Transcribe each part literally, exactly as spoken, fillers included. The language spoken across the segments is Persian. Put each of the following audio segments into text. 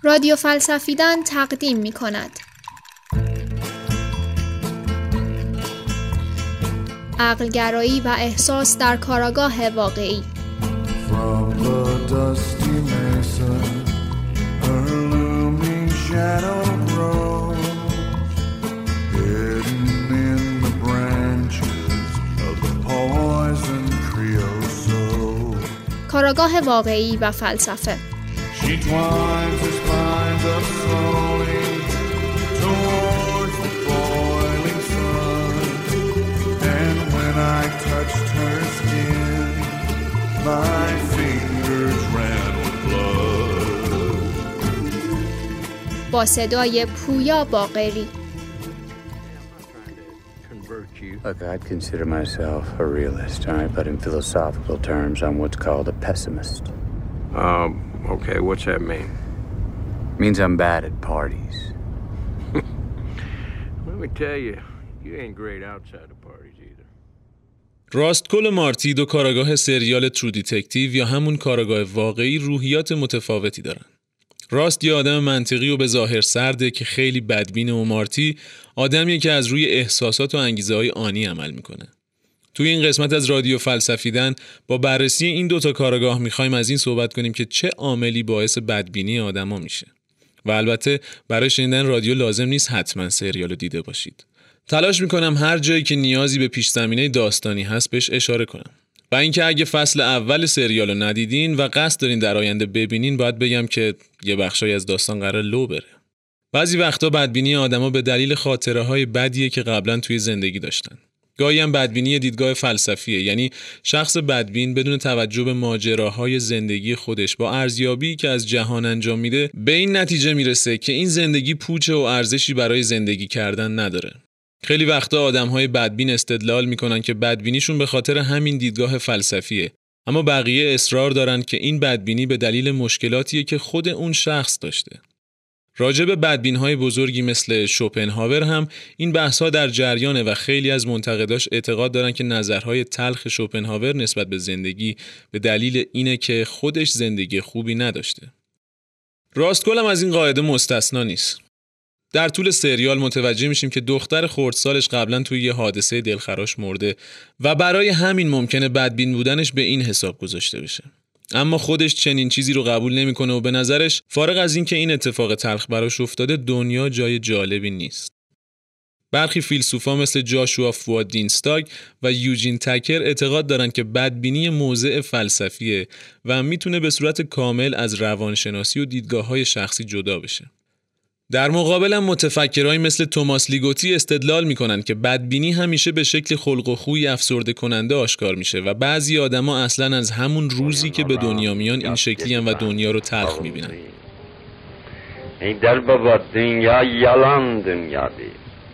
رادیو فلسفیدن تقدیم می کند عقلگرایی و احساس در کاراگاه واقعی. From the dusty mesa, a looming shadow grows, hidden in the branches of the poison creosote. کاراگاه واقعی و فلسفه. She twines her spines of slowly towards the boiling sun, and when I touched her skin, my fingers ran with blood. با صدای پویا باقری. Look, I'd consider myself a realist, all right? But in philosophical terms, I'm what's called a pessimist. Um, okay, what's that mean? Means I'm bad at parties. Let me tell you, you ain't great outside of parties either. راستکل و مارتی دو کاراگاه سریال ترو دیتکتیو یا همون کاراگاه واقعی روحیات متفاوتی دارن. راست یه آدم منطقی و به ظاهر سرده که خیلی بدبینه و مارتی آدمیه که از روی احساسات و انگیزه‌های آنی عمل میکنه. توی این قسمت از رادیو فلسفیدن با بررسی این دوتا کاراگاه میخوایم از این صحبت کنیم که چه عاملی باعث بدبینی آدما میشه. و البته برای شنیدن رادیو لازم نیست حتما سریالو دیده باشید. تلاش میکنم هر جایی که نیازی به پیش زمینه داستانی هست بهش اشاره کنم. و اینکه اگه فصل اول سریالو ندیدین و قصد دارین در آینده ببینین، باید بگم که یه بخشایی از داستان قرار لو بره. بعضی وقتا بدبینی آدما به دلیل خاطره‌های بدیه که قبلا توی زندگی داشتن. گاهی هم بدبینی دیدگاه فلسفیه، یعنی شخص بدبین بدون توجه به ماجراهای زندگی خودش با ارزیابی که از جهان انجام میده به این نتیجه میرسه که این زندگی پوچه و ارزشی برای زندگی کردن نداره. خیلی وقتا آدم‌های بدبین استدلال میکنن که بدبینیشون به خاطر همین دیدگاه فلسفیه، اما بقیه اصرار دارن که این بدبینی به دلیل مشکلاتیه که خود اون شخص داشته. راجع به بدبین‌های بزرگی مثل شوپنهاور هم این بحث‌ها در جریانه و خیلی از منتقداش اعتقاد دارن که نظرهای تلخ شوپنهاور نسبت به زندگی به دلیل اینه که خودش زندگی خوبی نداشته. راستکل هم از این قاعده مستثنا نیست. در طول سریال متوجه میشیم که دختر خردسالش قبلا توی یه حادثه دلخراش مرده و برای همین ممکنه بدبین بودنش به این حساب گذاشته بشه. اما خودش چنین چیزی رو قبول نمیکنه و به نظرش فارغ از این که این اتفاق تلخ براش افتاده دنیا جای جالبی نیست. برخی فیلسوفا مثل جاشوا فواد دینستاگ و یوجین تکر اعتقاد دارن که بدبینی موضع فلسفیه و میتونه به صورت کامل از روانشناسی و دیدگاه‌های شخصی جدا بشه. در مقابل هم متفکرای مثل توماس لیگوتی استدلال میکنن که بدبینی همیشه به شکل خلق و خوی افسرده کننده آشکار میشه و بعضی آدما اصلا از همون روزی که به دنیا میان این شکلی هم و دنیا رو تلخ میبینن. ای در بابا دنیا یالان دنیا دی،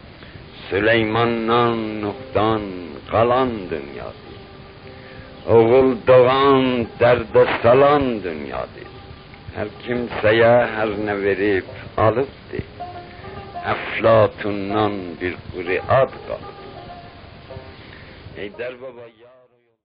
سلیمانان نقدان قلان دنیا دی، oğul doğan derde salan دنیا دی. Her kimseye her ne verip alıptı, Eflatundan bir kuriat kaldı. Ey der baba yar.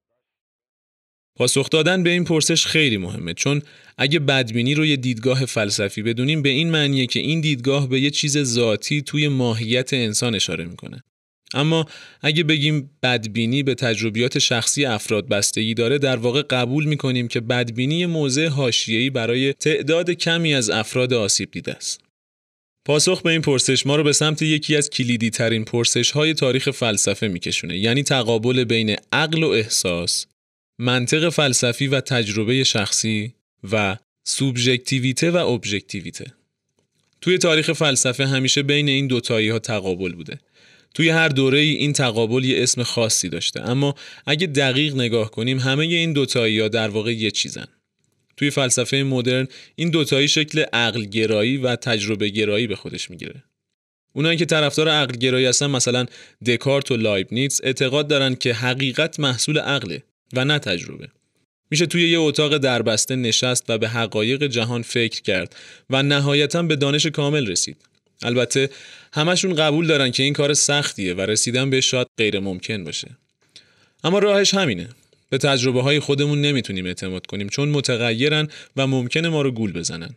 پاسخ دادن به این پرسش خیلی مهمه، چون اگه بدبینی رو یه دیدگاه فلسفی بدونیم به این معنیه که این دیدگاه به یه چیز ذاتی توی ماهیت انسان اشاره میکنه. اما اگه بگیم بدبینی به تجربیات شخصی افراد بستگی داره، در واقع قبول میکنیم که بدبینی موضع حاشیه‌ای برای تعداد کمی از افراد آسیب دیده است. پاسخ به این پرسش ما رو به سمت یکی از کلیدی ترین پرسش های تاریخ فلسفه میکشونه، یعنی تقابل بین عقل و احساس، منطق فلسفی و تجربه شخصی و سوبژکتیویته و ابژکتیویته. توی تاریخ فلسفه همیشه بین این دوتایی ها تقابل بوده. توی هر دوره ای این تقابل یه اسم خاصی داشته، اما اگه دقیق نگاه کنیم همه این دوتایی ها در واقع یه چیزن. توی فلسفه مدرن این دوتایی شکل عقل گرایی و تجربه گرایی به خودش میگیره. اونایی که طرفدار عقل گرایی هستن، مثلا دکارت و لایبنیتس، اعتقاد دارن که حقیقت محصول عقله و نه تجربه. میشه توی یه اتاق دربسته نشست و به حقایق جهان فکر کرد و نهایتاً به دانش کامل رسید. البته همشون قبول دارن که این کار سختیه و رسیدن به شاید غیر ممکن باشه. اما راهش همینه. به تجربه های خودمون نمیتونیم اعتماد کنیم چون متغیرن و ممکنه ما رو گول بزنن.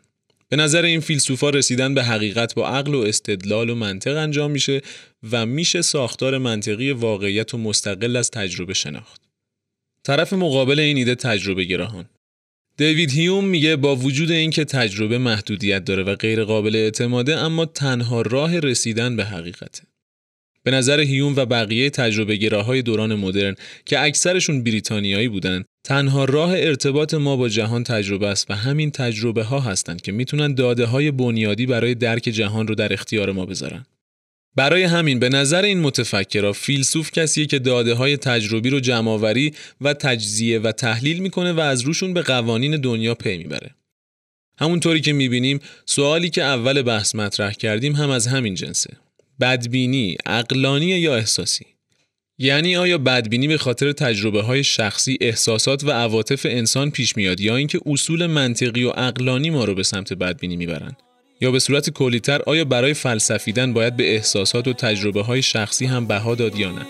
به نظر این فیلسوفا رسیدن به حقیقت با عقل و استدلال و منطق انجام میشه و میشه ساختار منطقی واقعیت و مستقل از تجربه شناخت. طرف مقابل این ایده تجربه گراهان. دیوید هیوم میگه با وجود اینکه تجربه محدودیت داره و غیر قابل اعتماده، اما تنها راه رسیدن به حقیقته. به نظر هیوم و بقیه تجربه گراهای دوران مدرن که اکثرشون بریتانیایی بودن، تنها راه ارتباط ما با جهان تجربه است و همین تجربه ها هستند که میتونن داده های بنیادی برای درک جهان رو در اختیار ما بذارن. برای همین به نظر این متفکرها فیلسوف کسیه که داده های تجربی رو جمع‌آوری و تجزیه و تحلیل میکنه و از روشون به قوانین دنیا پی میبره. همونطوری که میبینیم سوالی که اول بحث مطرح کردیم هم از همین جنسه. بدبینی عقلانی یا احساسی؟ یعنی آیا بدبینی به خاطر تجربه های شخصی، احساسات و عواطف انسان پیش میاد یا اینکه اصول منطقی و عقلانی ما رو به سمت بدبینی میبرن؟ یا به صورت کلی‌تر آیا برای فلسفیدن باید به احساسات و تجربه های شخصی هم بها داد یا نه؟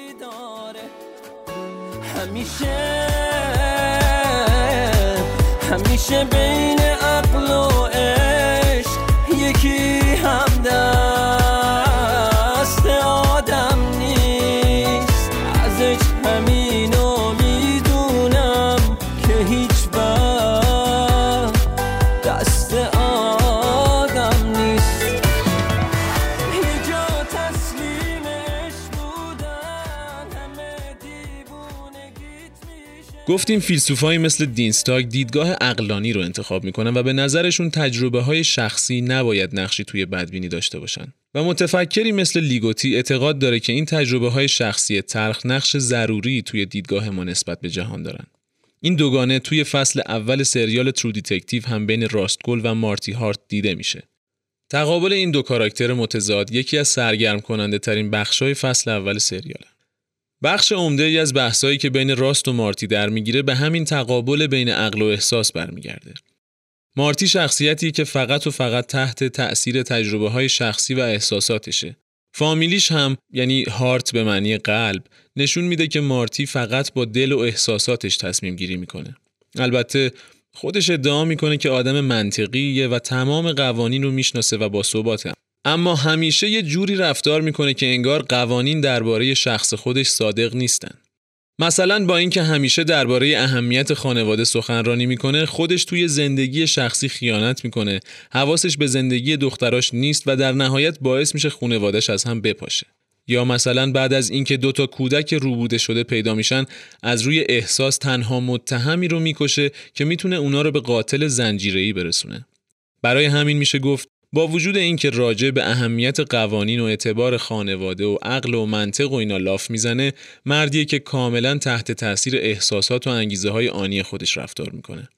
همیشه همیشه بین عقل و عشق یکی هم دست آدم نیست. ازش همینو میدونم که هیچ وقت دست آدم نیست. یه جا تسلیمش بودن همه دیوونگیت میشه. گفتیم فیلسوفایی مثل دینستاگ دیدگاه عقلانی رو انتخاب میکنن و به نظرشون تجربه های شخصی نباید نقشی توی بدبینی داشته باشن. و متفکری مثل لیگوتی اعتقاد داره که این تجربه های شخصی تلخ نقش ضروری توی دیدگاه ما نسبت به جهان دارن. این دوگانه توی فصل اول سریال ترو دیتکتیو هم بین راستگل و مارتی هارت دیده میشه. تقابل این دو کاراکتر متضاد یکی از سرگرم کننده ترین بخشای فصل اول سریاله. بخش عمده ای از بحثایی که بین راست و مارتی در میگیره به همین تقابل بین عقل و احساس برمیگرده. مارتی شخصیتی که فقط و فقط تحت تأثیر تجربه های شخصی و احساساتشه. فامیلیش هم یعنی هارت به معنی قلب نشون میده که مارتی فقط با دل و احساساتش تصمیم گیری میکنه. البته خودش ادعا میکنه که آدم منطقیه و تمام قوانین رو میشناسه و با ثباته، اما همیشه یه جوری رفتار میکنه که انگار قوانین درباره شخص خودش صادق نیستن. مثلا با اینکه همیشه درباره اهمیت خانواده سخنرانی میکنه، خودش توی زندگی شخصی خیانت میکنه، حواسش به زندگی دختراش نیست و در نهایت باعث میشه خانواده‌اش از هم بپاشه. یا مثلا بعد از اینکه دو تا کودک روبوده شده پیدا میشن، از روی احساس تنها متهمی رو میکشه که میتونه اونا رو به قاتل زنجیره‌ای برسونه. برای همین میشه گفت با وجود اینکه راجع به اهمیت قوانین و اعتبار خانواده و عقل و منطق و اینا لاف میزنه، مردیه که کاملا تحت تاثیر احساسات و انگیزه های آنی خودش رفتار میکنه.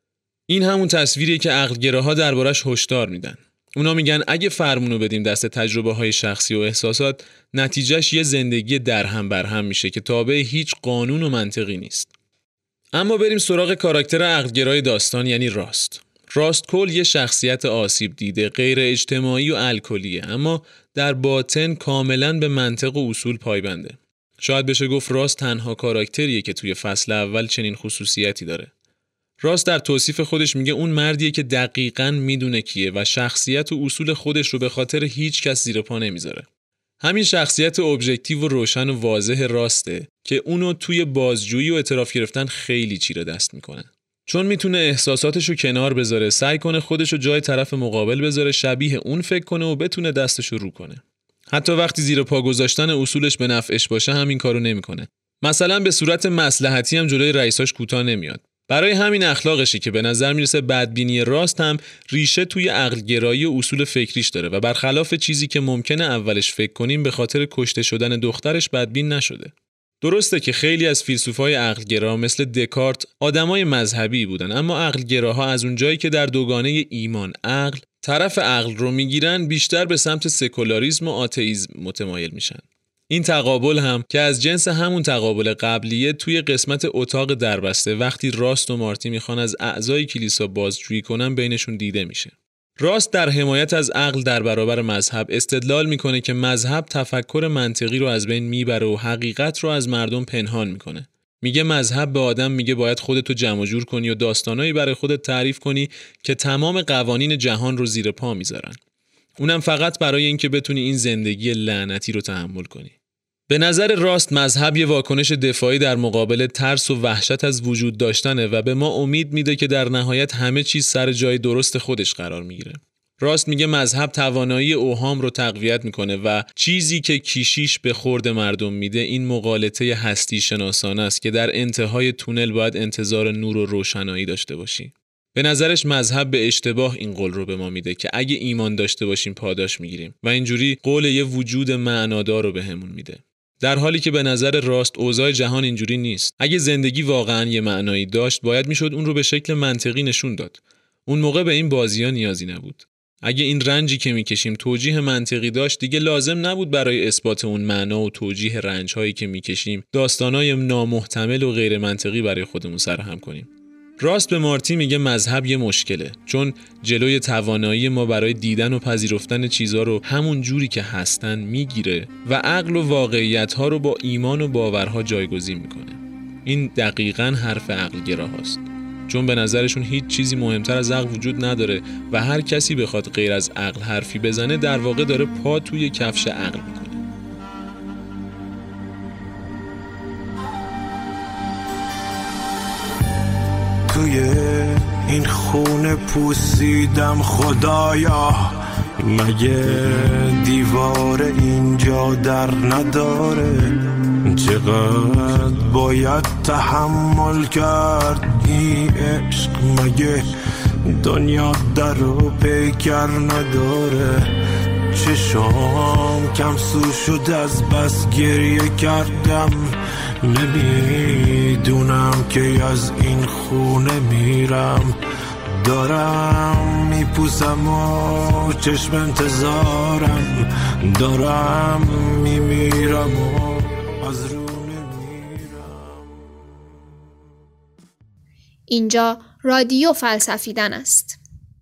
این همون تصویریه که عقلگراها دربارش هشدار میدن. اونا میگن اگه فرمونو بدیم دست تجربه های شخصی و احساسات، نتیجهش یه زندگی درهم برهم میشه که تابع هیچ قانون و منطقی نیست. اما بریم سراغ کاراکتر عقلگرای داستان، یعنی راست. راستکل یه شخصیت آسیب دیده، غیر اجتماعی و الکلیه، اما در باطن کاملاً به منطق و اصول پایبنده. شاید بشه گفت راست تنها کاراکتریه که توی فصل اول چنین خصوصیتی داره. راست در توصیف خودش میگه اون مردیه که دقیقاً میدونه کیه و شخصیت و اصول خودش رو به خاطر هیچ کس زیر پا نمیذاره. همین شخصیت ابژکتیو و روشن و واضح راسته که اونو توی بازجویی و اعتراف گرفتن خیلی چیره دست میکنه. چون میتونه احساساتشو کنار بذاره، سعی کنه خودشو جای طرف مقابل بذاره، شبیه اون فکر کنه و بتونه دستشو رو کنه. حتی وقتی زیر پا گذاشتن اصولش به نفعش باشه همین کارو نمیکنه. مثلا به صورت مصلحتی هم جلوی رئیساش کوتاه نمیاد. برای همین اخلاقشه که به نظر میرسه بدبینی راست هم ریشه توی عقلگرایی و اصول فکریش داره و برخلاف چیزی که ممکنه اولش فکر کنیم به خاطر کشته شدن دخترش بدبین نشده. درسته که خیلی از فیلسوفای عقلگرا مثل دکارت آدمای مذهبی بودن، اما عقلگراها از اونجایی که در دوگانه ایمان عقل طرف عقل رو میگیرن، بیشتر به سمت سکولاریسم و آتئیسم متمایل میشن. این تقابل هم که از جنس همون تقابل قبلیه توی قسمت اتاق دربسته وقتی راست و مارتی میخوان از اعضای کلیسا بازجویی کنن بینشون دیده میشه. راست در حمایت از عقل در برابر مذهب استدلال میکنه که مذهب تفکر منطقی رو از بین میبره و حقیقت رو از مردم پنهان میکنه. میگه مذهب به آدم میگه باید خودتو جمع جور کنی و داستانایی برای خودت تعریف کنی که تمام قوانین جهان رو زیر پا میذارن. اونم فقط برای اینکه بتونی این زندگی لعنتی رو تحمل کنی. به نظر راست مذهب یه واکنش دفاعی در مقابل ترس و وحشت از وجود داشتنه و به ما امید میده که در نهایت همه چیز سر جای درست خودش قرار میگیره. راست میگه مذهب توانایی اوهام رو تقویت میکنه و چیزی که کیشیش به خورد مردم میده این مغالطه هستی شناسانه است که در انتهای تونل باید انتظار نور و روشنایی داشته باشی. به نظرش مذهب به اشتباه این قول رو به ما میده که اگه ایمان داشته باشیم پاداش میگیریم و اینجوری قول یه وجود معنادار رو بهمون میده. در حالی که به نظر راست اوضاع جهان اینجوری نیست. اگه زندگی واقعاً یه معنایی داشت باید میشد اون رو به شکل منطقی نشون داد. اون موقع به این بازی‌ها نیازی نبود. اگه این رنجی که میکشیم توجیه منطقی داشت دیگه لازم نبود برای اثبات اون معنا و توجیه رنج‌هایی که میکشیم داستانای نامحتمل و غیر منطقی برای خودمون سرهم کنیم. راست به مارتی میگه مذهب یه مشکله، چون جلوی توانایی ما برای دیدن و پذیرفتن چیزها رو همون جوری که هستن میگیره و عقل و واقعیت‌ها رو با ایمان و باورها جایگزین میکنه. این دقیقاً حرف عقل‌گراهاست، چون به نظرشون هیچ چیزی مهمتر از عقل وجود نداره و هر کسی بخواد غیر از عقل حرفی بزنه در واقع داره پا توی کفش عقل میکنه. توی این خونه پوسیدم خدایا، مگه دیوار اینجا در نداره؟ چقدر باید تحمل کرد این عشق، مگه دنیا در و پیکر نداره؟ چشام کم سو شد از بس گریه کردم، نمیدونم که از این خونه میرم، دارم میپوسم و چشم انتظارم، دارم میمیرم و از رو نمیرم. اینجا رادیو فلسفیدن است.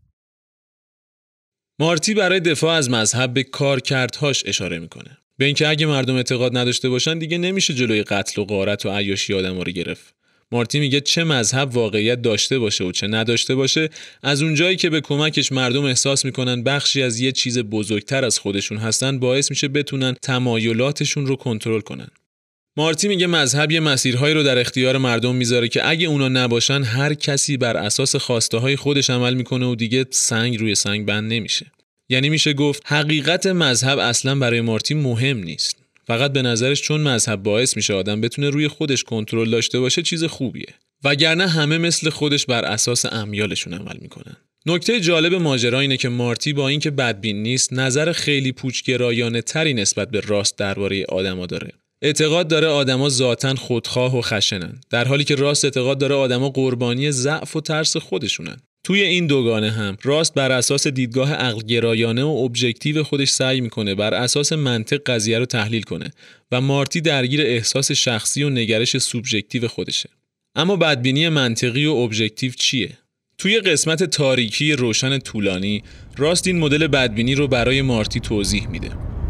مارتی برای دفاع از مذهب به کارکردهاش اشاره میکنه. به اینکه اگه مردم اعتقاد نداشته باشن دیگه نمیشه جلوی قتل و غارت و عیاشی آدم‌ها رو گرفت. مارتی میگه چه مذهب واقعیت داشته باشه و چه نداشته باشه، از اونجایی که به کمکش مردم احساس میکنن بخشی از یه چیز بزرگتر از خودشون هستن، باعث میشه بتونن تمایلاتشون رو کنترل کنن. مارتی میگه مذهب یه مسیرهایی رو در اختیار مردم میذاره که اگه اونا نباشن هر کسی بر اساس خواسته های خودش عمل میکنه و دیگه سنگ روی سنگ بند نمیشه. یعنی میشه گفت حقیقت مذهب اصلا برای مارتی مهم نیست. فقط به نظرش چون مذهب باعث میشه آدم بتونه روی خودش کنترل داشته باشه چیز خوبیه، وگرنه همه مثل خودش بر اساس امیالشون عمل میکنن. نکته جالب ماجرا اینه که مارتی با اینکه بدبین نیست نظر خیلی پوچگرایانه تری نسبت به راست درباره آدما داره. اعتقاد داره آدما ذاتاً خودخواه و خشنن، در حالی که راست اعتقاد داره آدما قربانی ضعف و ترس خودشونن. توی این دوگانه هم راست بر اساس دیدگاه عقل‌گرایانه و ابژکتیو خودش سعی میکنه بر اساس منطق قضیه رو تحلیل کنه و مارتی درگیر احساس شخصی و نگرش سوبژکتیو خودشه. اما بدبینی منطقی و ابژکتیو چیه؟ توی قسمت تاریکی روشن طولانی راست این مدل بدبینی رو برای مارتی توضیح میده.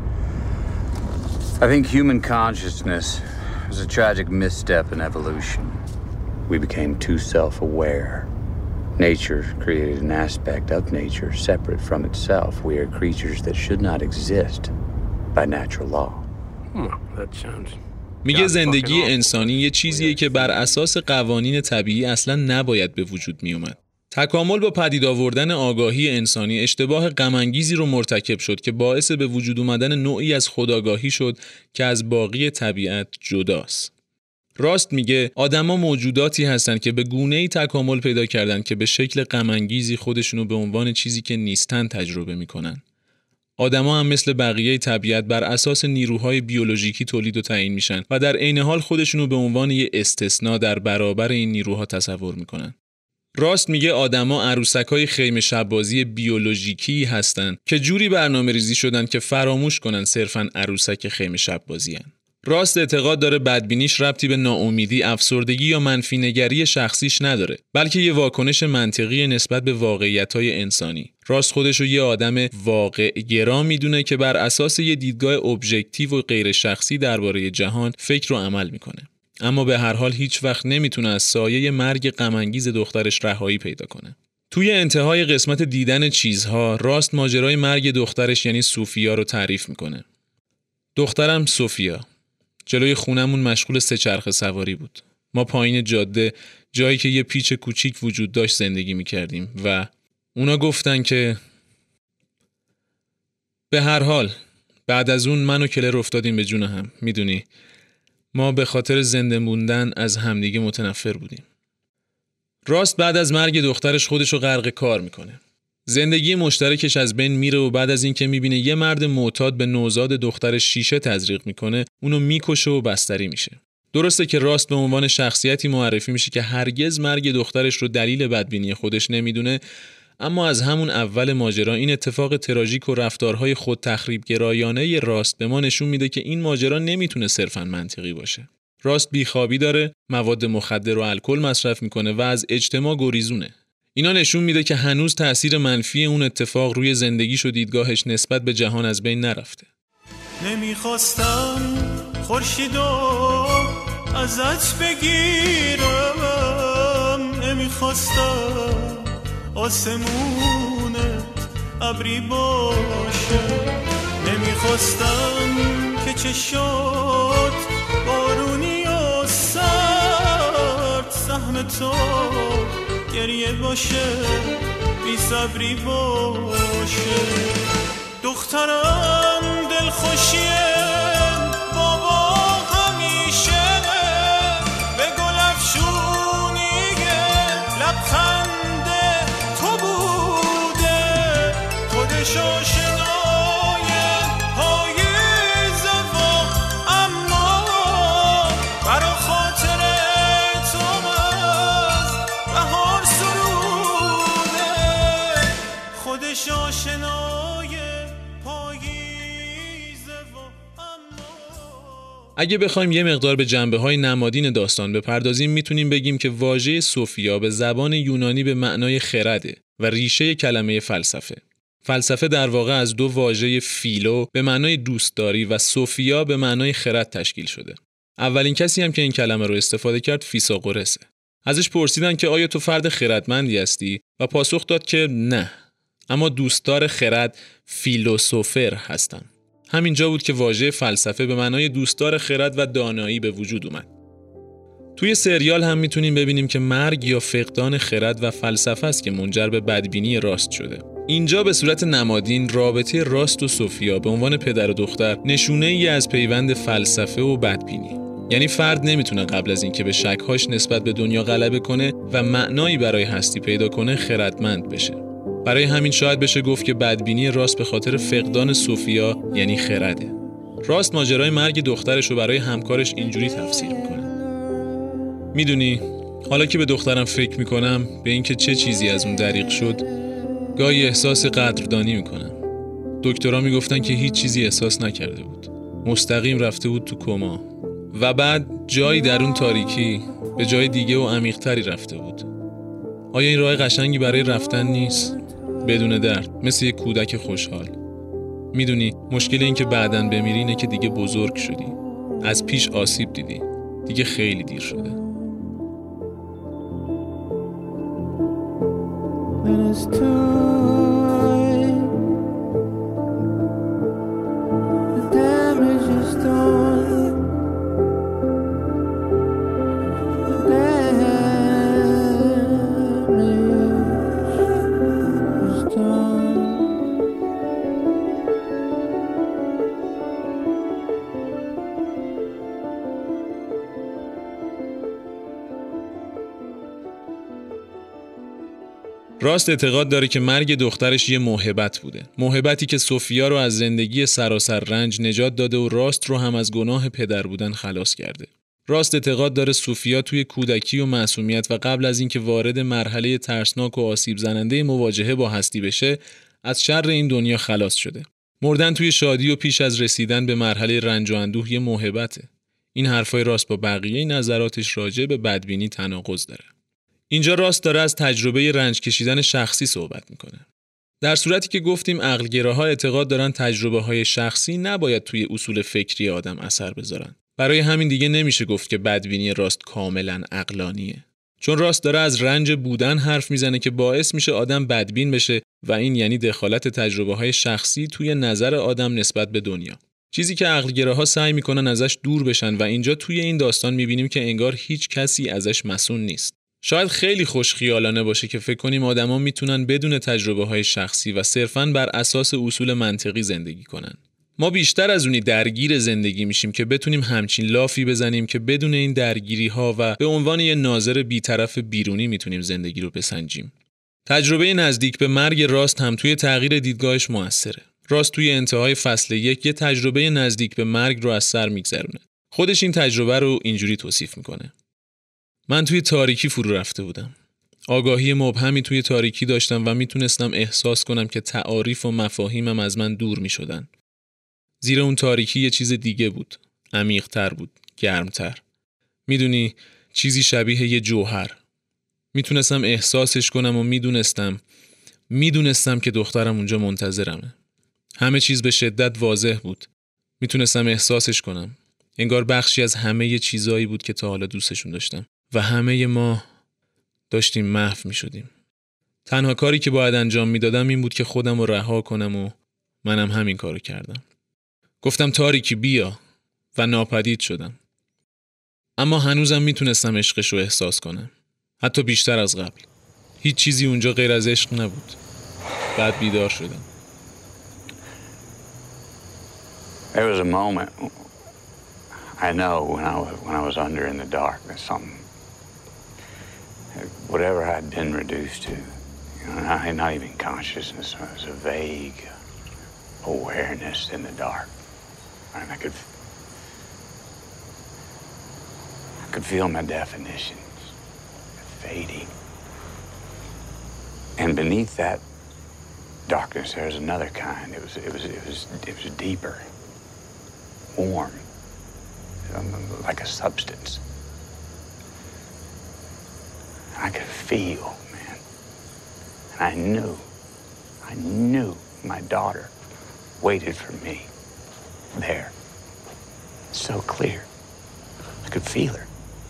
I think human consciousness was a tragic misstep in evolution. We became too self-aware. Nature created an aspect of nature separate from itself. We are creatures that should not exist by natural law. Hmm, that sounds... میگه زندگی انسانی یه چیزیه که بر اساس قوانین طبیعی اصلا نباید به وجود می اومد. تکامل با پدید آوردن آگاهی انسانی اشتباه غم‌انگیزی رو مرتکب شد که باعث به وجود اومدن نوعی از خودآگاهی شد که از باقی طبیعت جداست. راست میگه آدما موجوداتی هستن که به گونه‌ای تکامل پیدا کردن که به شکل غم‌انگیزی خودشونو به عنوان چیزی که نیستن تجربه میکنن. آدما هم مثل بقیه طبیعت بر اساس نیروهای بیولوژیکی تولید و تعیین میشن و در عین حال خودشونو به عنوان یه استثناء در برابر این نیروها تصور میکنن. راست میگه آدما عروسکای خیمه شب‌بازی بیولوژیکی هستن که جوری برنامه‌ریزی شدن که فراموش کنن صرفاً عروسک خیمه شب‌بازی هن. راست اعتقاد داره بدبینیش ربطی به ناامیدی، افسردگی یا منفی نگری شخصیش نداره، بلکه یه واکنش منطقی نسبت به واقعیت‌های انسانی. راست خودشو یه آدم واقع گرا میدونه که بر اساس یه دیدگاه ابژکتیو و غیر شخصی درباره جهان فکر و عمل میکنه. اما به هر حال هیچ وقت نمیتونه از سایه مرگ غم‌انگیز دخترش رهایی پیدا کنه. توی انتهای قسمت دیدن چیزها، راست ماجرای مرگ دخترش یعنی سوفیا رو تعریف میکنه. دخترم سوفیا جلوی خونمون مشغول سه چرخ سواری بود. ما پایین جاده، جایی که یه پیچ کوچیک وجود داشت زندگی میکردیم و اونا گفتن که به هر حال بعد از اون من و کلر افتادیم به جون هم. میدونی ما به خاطر زنده موندن از همدیگه متنفر بودیم. راست بعد از مرگ دخترش خودشو غرق کار میکنه. زندگی مشترکش از بین میره و بعد از اینکه میبینه یه مرد معتاد به نوزاد دخترش شیشه تزریق میکنه، اونو میکشه و بستری میشه. درسته که راست به عنوان شخصیتی معرفی میشه که هرگز مرگ دخترش رو دلیل بدبینی خودش نمیدونه، اما از همون اول ماجرا این اتفاق تراژیک و رفتارهای خود تخریب گرایانه راست به ما نشون میده که این ماجرا نمیتونه صرفاً منطقی باشه. راست بیخوابی داره، مواد مخدر و الکل مصرف میکنه و از اجتماع گریزونه. اینا نشون میده که هنوز تأثیر منفی اون اتفاق روی زندگیش و دیدگاهش نسبت به جهان از بین نرفته. نمیخواستم خورشیدو ازت بگیرم، نمیخواستم آسمونت ابری باشه، نمیخواستم که چشات بارونی و سرد سهم تو گریه باشه، بی صبری باشه. دخترم دلخوشیه بابا همیشه به گل افشونیه لبخند تو بوده، خودش آشنای پاییزه و اما برا خاطر تو از بهار سروده، خودش آشنای پاییزه و اما. اگه بخوایم یه مقدار به جنبه‌های نمادین داستان بپردازیم، میتونیم بگیم که واژه سوفیا به زبان یونانی به معنای خرده و ریشه کلمه فلسفه. فلسفه در واقع از دو واژه فیلو به معنای دوستداری و سوفیا به معنای خرد تشکیل شده. اولین کسی هم که این کلمه رو استفاده کرد فیثاغورسه. ازش پرسیدن که آیا تو فرد خردمندی هستی و پاسخ داد که نه، اما دوستدار خرد، فیلوسوفر هستم. همینجا بود که واژه فلسفه به معنای دوستدار خرد و دانایی به وجود اومد. توی سریال هم میتونیم ببینیم که مرگ یا فقدان خرد و فلسفه است که منجر به بدبینی راست شده. اینجا به صورت نمادین رابطه راست و سوفیا به عنوان پدر و دختر نشونه ای از پیوند فلسفه و بدبینی. یعنی فرد نمیتونه قبل از اینکه به شک‌هاش نسبت به دنیا غلبه کنه و معنایی برای هستی پیدا کنه خردمند بشه. برای همین شاید بشه گفت که بدبینی راست به خاطر فقدان سوفیا یعنی خرده. راست ماجرای مرگ دخترش رو برای همکارش اینجوری تفسیر میکنه. میدونی حالا که به دخترم فکر میکنم به اینکه چه چیزی از اون دریغ شد، گاهی احساس قدردانی میکنم. دکترها میگفتن که هیچ چیزی احساس نکرده بود، مستقیم رفته بود تو کما و بعد جایی در اون تاریکی به جای دیگه و عمیق‌تری رفته بود. آیا این راه قشنگی برای رفتن نیست؟ بدون درد، مثل یک کودک خوشحال. میدونی مشکل این که بعداً بمیری اینه که دیگه بزرگ شدی، از پیش آسیب دیدی، دیگه خیلی دیر شده. راست اعتقاد داره که مرگ دخترش یه موهبت بوده. موهبتی که سوفیا رو از زندگی سراسر رنج نجات داده و راست رو هم از گناه پدر بودن خلاص کرده. راست اعتقاد داره سوفیا توی کودکی و معصومیت و قبل از اینکه وارد مرحله ترسناک و آسیب زننده مواجهه با هستی بشه، از شر این دنیا خلاص شده. مردن توی شادی و پیش از رسیدن به مرحله رنج و اندوه یه موهبته. این حرفای راست با بقیه نظراتش راجع به بدبینی تناقض داره. اینجا راست داره از تجربه رنج کشیدن شخصی صحبت میکنه. در صورتی که گفتیم عقلگراها اعتقاد دارن تجربه های شخصی نباید توی اصول فکری آدم اثر بذارن. برای همین دیگه نمیشه گفت که بدبینی راست کاملا عقلانیه. چون راست داره از رنج بودن حرف میزنه که باعث میشه آدم بدبین بشه و این یعنی دخالت تجربه‌های شخصی توی نظر آدم نسبت به دنیا. چیزی که عقلگراها سعی میکنن ازش دور بشن و اینجا توی این داستان میبینیم که انگار هیچ کسی ازش مسئول نیست. شاید خیلی خوشخیالانه باشه که فکر کنیم آدما میتونن بدون تجربه‌های شخصی و صرفاً بر اساس اصول منطقی زندگی کنن. ما بیشتر از اونی درگیر زندگی میشیم که بتونیم همچین لافی بزنیم که بدون این درگیری ها و به عنوان یه ناظر بی‌طرف بیرونی میتونیم زندگی رو بسنجیم. تجربه نزدیک به مرگ راست هم توی تغییر دیدگاهش موثره. راست توی انتهای فصل یک یه تجربه نزدیک به مرگ رو از سر میگذرونه. خودش این تجربه رو اینجوری توصیف میکنه: من توی تاریکی فرو رفته بودم. آگاهی مبهمی توی تاریکی داشتم و میتونستم احساس کنم که تعاریف و مفاهیمم از من دور میشدن. زیر اون تاریکی یه چیز دیگه بود، عمیق‌تر بود، گرمتر. میدونی، چیزی شبیه یه جوهر. میتونستم احساسش کنم و میدونستم میدونستم که دخترم اونجا منتظرمه. همه چیز به شدت واضح بود. میتونستم احساسش کنم. انگار بخشی از همه ی چیزایی بود که تا حالا دوستشون داشتم و همه ما داشتیم محو میشدیم. تنها کاری که باید انجام میدادم این بود که خودم رو رها کنم و منم همین کارو کردم. گفتم تاریکی بیا و ناپدید شدم. اما هنوزم میتونستم عشقش رو احساس کنم. حتی بیشتر از قبل. هیچ چیزی اونجا غیر از عشق نبود. بعد بیدار شدم. There was a moment I know when I was, when I was under in the darkness, something, whatever I'd been reduced to, you know, not, not even consciousness, it was a vague awareness in the dark. And I could, I could feel my definitions fading. And beneath that darkness, there was another kind. It was, it was, it was, it was deeper, warm, like a substance. I could feel, man. And I knew, I knew my daughter waited for me there. So clear. I could feel her.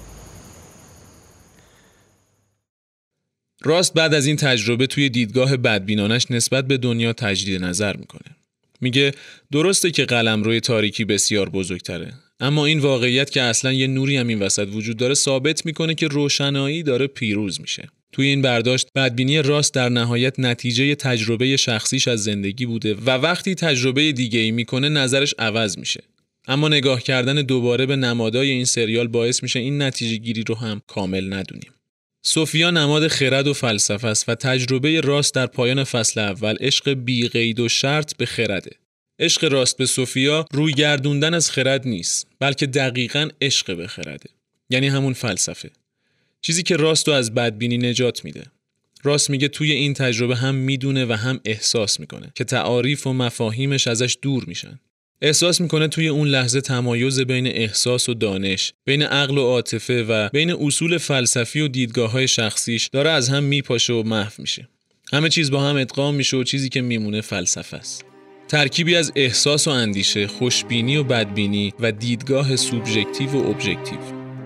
راست بعد از این تجربه توی دیدگاه بدبینانش نسبت به دنیا تجدید نظر میکنه. میگه درسته که قلمروی تاریکی بسیار بزرگتره، اما این واقعیت که اصلا یه نوری هم این وسط وجود داره ثابت میکنه که روشنایی داره پیروز میشه. توی این برداشت بدبینی راست در نهایت نتیجه تجربه شخصیش از زندگی بوده و وقتی تجربه دیگه‌ای میکنه نظرش عوض میشه. اما نگاه کردن دوباره به نمادهای این سریال باعث میشه این نتیجه گیری رو هم کامل ندونیم. سوفیا نماد خرد و فلسفه است و تجربه راست در پایان فصل اول عشق بی قید و شرط به خرده. عشق راست به سوفیا روی گردوندن از خرد نیست، بلکه دقیقاً عشق به خرده. یعنی همون فلسفه. چیزی که راست رو از بدبینی نجات میده. راست میگه توی این تجربه هم میدونه و هم احساس میکنه که تعاریف و مفاهیمش ازش دور میشن. احساس میکنه توی اون لحظه تمایز بین احساس و دانش، بین عقل و عاطفه و بین اصول فلسفی و دیدگاه‌های شخصیش داره از هم میپاشه و محو میشه. همه چیز با هم ادغام میشه و چیزی که میمونه فلسفه است. ترکیبی از احساس و اندیشه، خوشبینی و بدبینی و دیدگاه سوبژکتیو و ابژکتیو.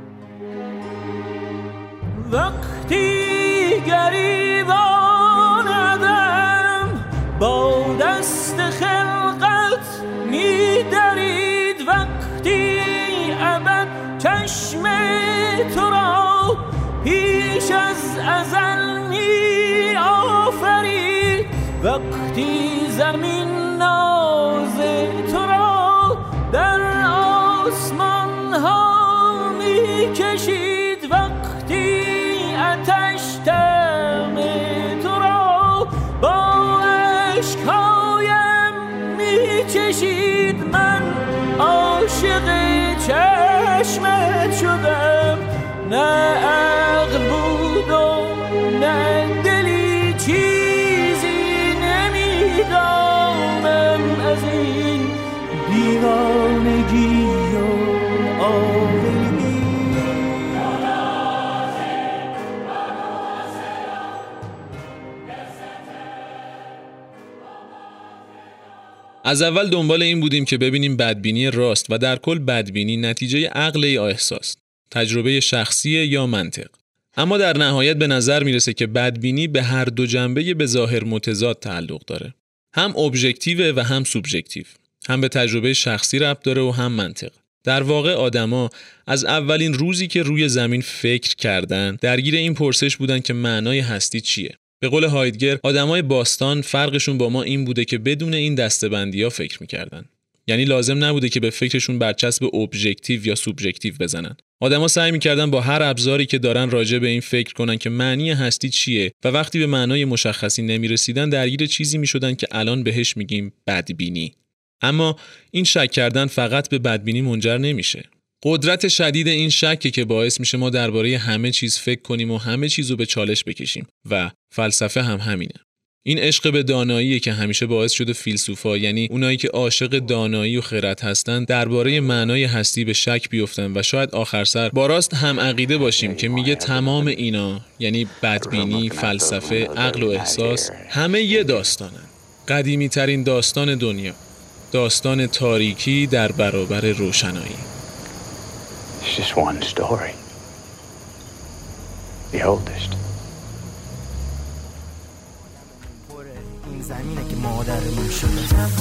وقتی گریباندم با دست خلقت می‌درید، وقتی ابد چشم تو را پیش از ازل می آفرید، وقتی زمین ناز تو را در آسمان ها می کشید، وقتی آتش دم تو را با عشقایم می چشید، من عاشق چشمت شدم، نه عقل بود و نه دلی، چیزی نمیدانم از این دیوانگی و عاقلی. از اول دنبال این بودیم که ببینیم بدبینی راست و در کل بدبینی نتیجه عقل یا احساس، تجربه شخصی یا منطق. اما در نهایت به نظر میرسه که بدبینی به هر دو جنبه به ظاهر متضاد تعلق داره. هم ابژکتیو و هم سوبژکتیو. هم به تجربه شخصی ربط داره و هم منطق. در واقع آدما از اولین روزی که روی زمین فکر کردن درگیر این پرسش بودن که معنای هستی چیه. به قول هایدگر آدمای باستان فرقشون با ما این بوده که بدون این دسته‌بندی‌ها فکر می‌کردن. یعنی لازم نبوده که به فکرشون برچسب ابژکتیو یا سوبژکتیو بزنن. آدما سعی می‌کردن با هر ابزاری که دارن راجع به این فکر کنن که معنی هستی چیه و وقتی به معنای مشخصی نمی‌رسیدن درگیر چیزی می‌شدن که الان بهش میگیم بدبینی. اما این شک کردن فقط به بدبینی منجر نمیشه. قدرت شدید این شکه که باعث میشه ما درباره همه چیز فکر کنیم و همه چیزو به چالش بکشیم و فلسفه هم همینه. این عشق به داناییه که همیشه باعث شده فیلسوفا، یعنی اونایی که عاشق دانایی و خرد هستن، درباره معنای هستی به شک بیفتن و شاید آخر سر با راست هم عقیده باشیم که میگه تمام اینا، یعنی بدبینی، فلسفه، عقل و احساس، همه یه داستانن. قدیمی ترین داستان دنیا، داستان تاریکی در برابر روشنایی. It's just one story. The oldest. این زمینه که مادرمون شده.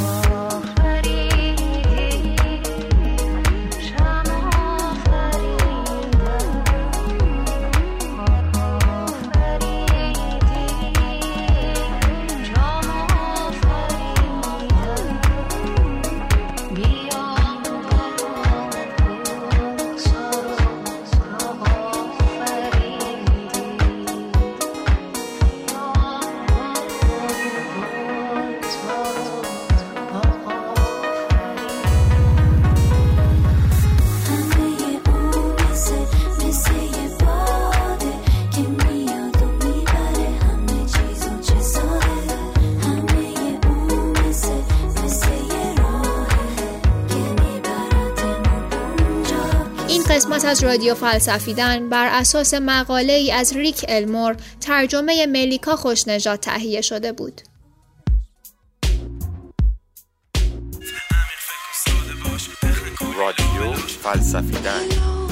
قسمت از رادیو فلسفیدن بر اساس مقاله ای از ریک المور ترجمه ملیکا خوشنژاد تهیه شده بود. رادیو فلسفیدن.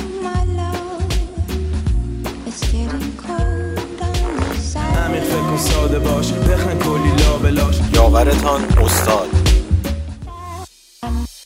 همین فکر کن ساده باش، بخن کلی لابلاش. یاورتان استاد.